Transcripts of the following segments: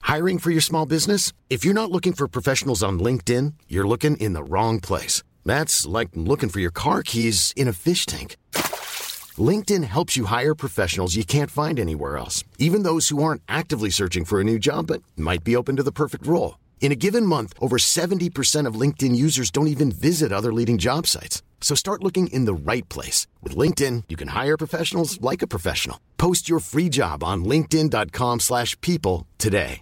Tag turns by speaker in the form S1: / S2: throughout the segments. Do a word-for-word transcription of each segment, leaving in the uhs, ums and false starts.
S1: Hiring for your small business? If you're not looking for professionals on LinkedIn, you're looking in the wrong place. That's like looking for your car keys in a fish tank. LinkedIn helps you hire professionals you can't find anywhere else, even those who aren't actively searching for a new job but might be open to the perfect role. In a given month, over seventy percent of LinkedIn users don't even visit other leading job sites. So start looking in the right place. With LinkedIn, you can hire professionals like a professional. Post your free job on linkedin.com slash people today.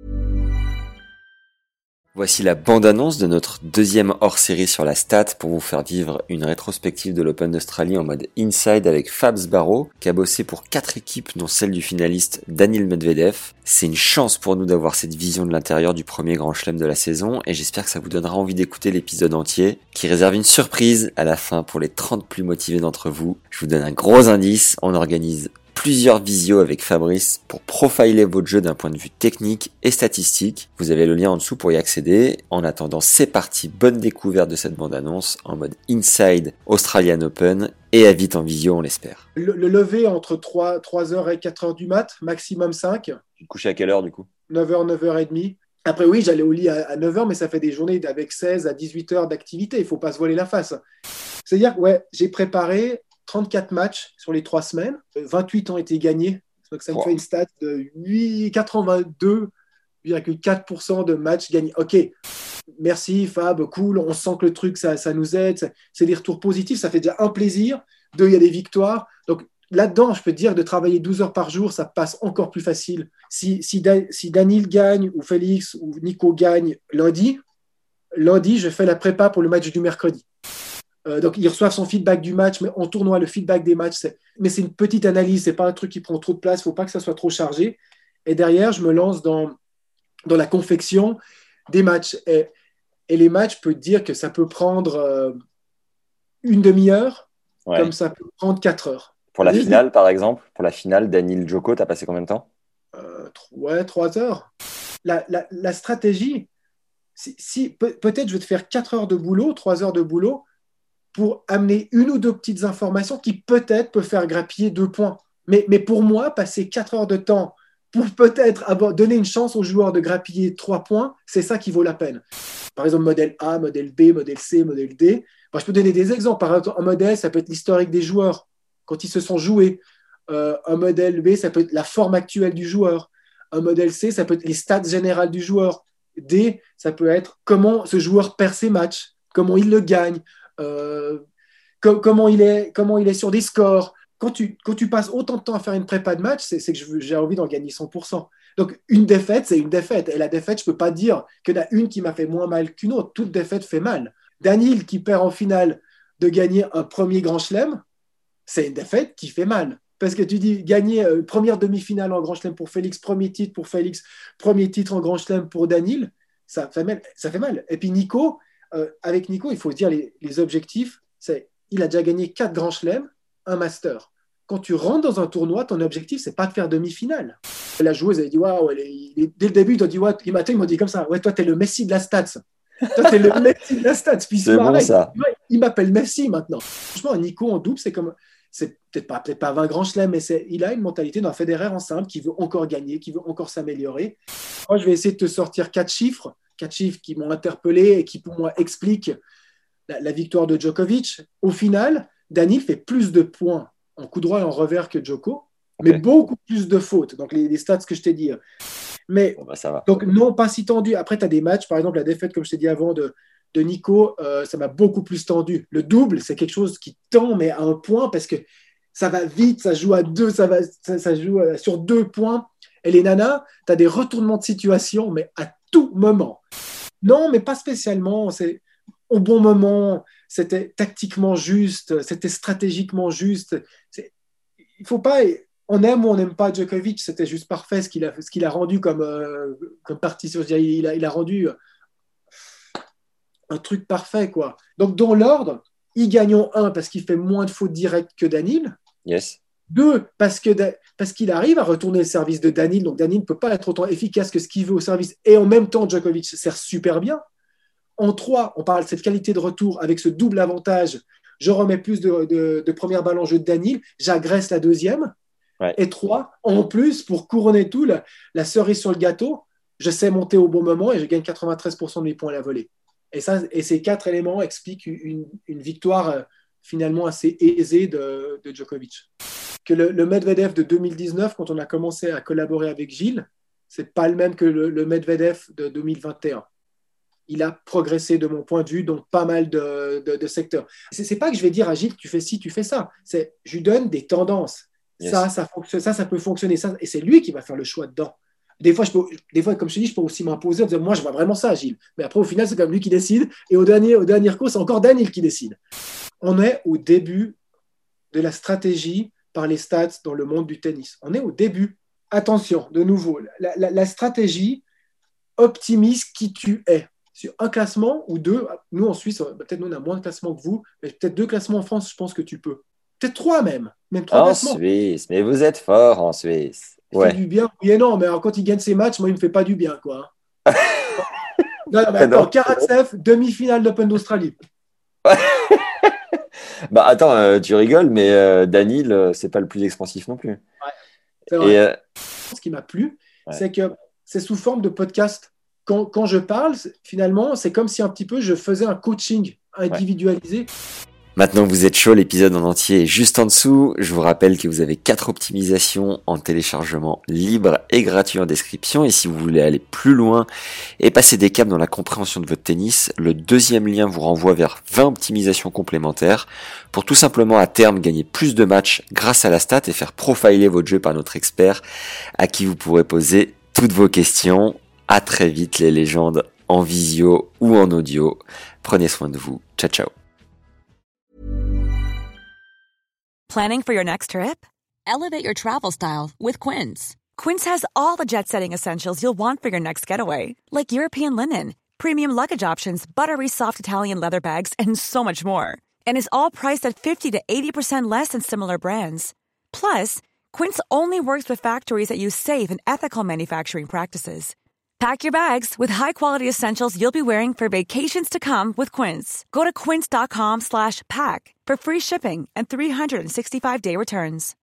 S2: Voici la bande-annonce de notre deuxième hors-série sur la stat pour vous faire vivre une rétrospective de l'Open d'Australie en mode inside avec Fabs Barreau, qui a bossé pour quatre équipes dont celle du finaliste Daniil Medvedev. C'est une chance pour nous d'avoir cette vision de l'intérieur du premier grand chelem de la saison et j'espère que ça vous donnera envie d'écouter l'épisode entier qui réserve une surprise à la fin pour les trente plus motivés d'entre vous. Je vous donne un gros indice, on organise plusieurs visios avec Fabrice pour profiler votre jeu d'un point de vue technique et statistique. Vous avez le lien en dessous pour y accéder. En attendant, c'est parti, bonne découverte de cette bande-annonce en mode Inside Australian Open et à vite en visio, on l'espère.
S3: Le, le lever entre trois heures et quatre heures du mat, maximum cinq.
S2: Tu te couchais à quelle heure du coup ?
S3: neuf heures, neuf heures trente. Après oui, j'allais au lit à, à neuf heures, mais ça fait des journées avec seize à dix-huit heures d'activité. Il ne faut pas se voiler la face. C'est-à-dire que ouais, j'ai préparé trente-quatre matchs sur les trois semaines. vingt-huit ont été gagnés. Donc ça me wow. fait une stat de quatre-vingt-deux virgule quatre pour cent de matchs gagnés. Ok, merci Fab, cool. On sent que le truc, ça, ça nous aide. C'est des retours positifs. Ça fait déjà un plaisir. Deux, il y a des victoires. Donc là-dedans, je peux te dire, de travailler douze heures par jour, ça passe encore plus facile. Si, si, da, si Daniil gagne ou Félix ou Nico gagne lundi, lundi, je fais la prépa pour le match du mercredi. Euh, donc, ils reçoivent son feedback du match, mais en tournoi, le feedback des matchs, c'est... mais c'est une petite analyse, c'est pas un truc qui prend trop de place, il ne faut pas que ça soit trop chargé. Et derrière, je me lance dans, dans la confection des matchs. Et, et les matchs, je peux te dire que ça peut prendre euh, une demi-heure, ouais. Comme ça peut prendre quatre heures.
S2: Pour la finale, par exemple, pour la finale, Daniil Djoko, tu as passé combien de temps ?
S3: euh, Ouais, trois heures. La, la, la stratégie, si, si, peut, peut-être je vais te faire quatre heures de boulot, trois heures de boulot, pour amener une ou deux petites informations qui peut-être peuvent faire grappiller deux points. Mais, mais pour moi, passer quatre heures de temps pour peut-être avoir, donner une chance aux joueurs de grappiller trois points, c'est ça qui vaut la peine. Par exemple, modèle A, modèle B, modèle C, modèle D. Bon, je peux donner des exemples. Par exemple, un modèle, ça peut être l'historique des joueurs, quand ils se sont joués. Euh, un modèle B, ça peut être la forme actuelle du joueur. Un modèle C, ça peut être les stats générales du joueur. D, ça peut être comment ce joueur perd ses matchs, comment il le gagne. Euh, com- comment, il est, comment il est sur des scores. Quand tu, quand tu passes autant de temps à faire une prépa de match, c'est, c'est que je veux, j'ai envie d'en gagner cent pour cent. Donc, une défaite, c'est une défaite. Et la défaite, je ne peux pas dire qu'il y en a une qui m'a fait moins mal qu'une autre. Toute défaite fait mal. Daniil qui perd en finale de gagner un premier grand chelem, c'est une défaite qui fait mal. Parce que tu dis gagner euh, première demi-finale en grand chelem pour Félix, premier titre pour Félix, premier titre en grand chelem pour Daniil, ça fait mal. Ça fait mal. Et puis Nico, Euh, avec Nico, il faut se dire les, les objectifs, c'est il a déjà gagné quatre grands chelems, un master. Quand tu rentres dans un tournoi, ton objectif, c'est pas de faire demi-finale. La joueuse, elle dit waouh, dès le début, ils ont dit ouais, ils m'ont dit comme ça, ouais, toi, t'es le Messi de la stats. Toi, t'es le Messi de la stats. Puis
S2: c'est bon, ça.
S3: Ouais, il m'appelle Messi maintenant. Franchement, Nico en double, c'est comme. C'est peut-être pas, peut-être pas vingt grands chelems, mais c'est, il a une mentalité d'un Federer en simple qui veut encore gagner, qui veut encore s'améliorer. Moi, je vais essayer de te sortir quatre chiffres. Quatre chiffres qui m'ont interpellé et qui, pour moi, expliquent la, la victoire de Djokovic. Au final, Daniil fait plus de points en coup droit et en revers que Djoko, okay. Mais beaucoup plus de fautes. Donc, les, les stats que je t'ai dit. Mais,
S2: bon, bah, ça va.
S3: Donc, non, pas si tendu. Après, tu as des matchs, par exemple, la défaite, comme je t'ai dit avant, de, de Nico, euh, ça m'a beaucoup plus tendu. Le double, c'est quelque chose qui tend, mais à un point, parce que ça va vite, ça joue à deux, ça, va, ça, ça joue à, sur deux points. Et les nanas, tu as des retournements de situation, mais à tout moment. Non, mais pas spécialement. C'est au bon moment, c'était tactiquement juste, c'était stratégiquement juste. C'est, il faut pas... On aime ou on n'aime pas Djokovic, c'était juste parfait ce qu'il a, ce qu'il a rendu comme, euh, comme partie. Il a, il a rendu un truc parfait, quoi. Donc, dans l'ordre, ils gagnent un parce qu'il fait moins de fautes directes que Daniil.
S2: Yes.
S3: Deux, parce, que, parce qu'il arrive à retourner le service de Daniil. Donc, Daniil ne peut pas être autant efficace que ce qu'il veut au service. Et en même temps, Djokovic sert super bien. En trois, on parle de cette qualité de retour avec ce double avantage. Je remets plus de, de, de première balle en jeu de Daniil. J'agresse la deuxième. Ouais. Et trois, en plus, pour couronner tout, la, la cerise sur le gâteau, je sais monter au bon moment et je gagne quatre-vingt-treize pour cent de mes points à la volée. Et, ça, et ces quatre éléments expliquent une, une victoire euh, finalement assez aisée de, de Djokovic. Que le, le Medvedev de deux mille dix-neuf, quand on a commencé à collaborer avec Gilles, c'est pas le même que le, le Medvedev de deux mille vingt et un. Il a progressé de mon point de vue dans pas mal de, de, de secteurs. C'est, c'est pas que je vais dire à Gilles, tu fais ci, tu fais ça. C'est, je lui donne des tendances. Yes. Ça, ça, ça, ça peut fonctionner. Ça, et c'est lui qui va faire le choix dedans. Des fois, je peux, des fois, comme je te dis, je peux aussi m'imposer en disant, moi, je vois vraiment ça, Gilles. Mais après, au final, c'est comme lui qui décide. Et au dernier, au dernier coup, c'est encore Daniel qui décide. On est au début de la stratégie par les stats dans le monde du tennis. On est au début. Attention, de nouveau, la, la, la stratégie optimise qui tu es. Sur un classement ou deux, nous en Suisse, peut-être nous on a moins de classements que vous, mais peut-être deux classements en France, je pense que tu peux. Peut-être trois même. Même trois
S2: en
S3: classements.
S2: Suisse, mais vous êtes fort en Suisse.
S3: Il
S2: ouais.
S3: fait du bien, oui et non, mais alors, quand il gagne ses matchs, moi il me fait pas du bien, quoi. non, non, mais attends, Karatsev, demi-finale d'Open d'Australie.
S2: bah attends, euh, tu rigoles, mais euh, Daniil, euh, c'est pas le plus expansif non plus.
S3: Ouais, c'est vrai.
S2: Et, euh...
S3: Ce qui m'a plu,
S2: ouais.
S3: c'est que c'est sous forme de podcast. Quand, quand je parle, finalement, c'est comme si un petit peu je faisais un coaching individualisé.
S2: Ouais. Maintenant que vous êtes chaud, l'épisode en entier est juste en dessous. Je vous rappelle que vous avez quatre optimisations en téléchargement libre et gratuit en description. Et si vous voulez aller plus loin et passer des caps dans la compréhension de votre tennis, le deuxième lien vous renvoie vers vingt optimisations complémentaires pour tout simplement à terme gagner plus de matchs grâce à la stat et faire profiler votre jeu par notre expert à qui vous pourrez poser toutes vos questions. À très vite les légendes en visio ou en audio. Prenez soin de vous. Ciao, ciao.
S4: Planning for your next trip? Elevate your travel style with Quince. Quince has all the jet-setting essentials you'll want for your next getaway, like European linen, premium luggage options, buttery soft Italian leather bags, and so much more. And is all priced at fifty to eighty percent less than similar brands. Plus, Quince only works with factories that use safe and ethical manufacturing practices. Pack your bags with high-quality essentials you'll be wearing for vacations to come with Quince. Go to quince.com slash pack for free shipping and three sixty-five day returns.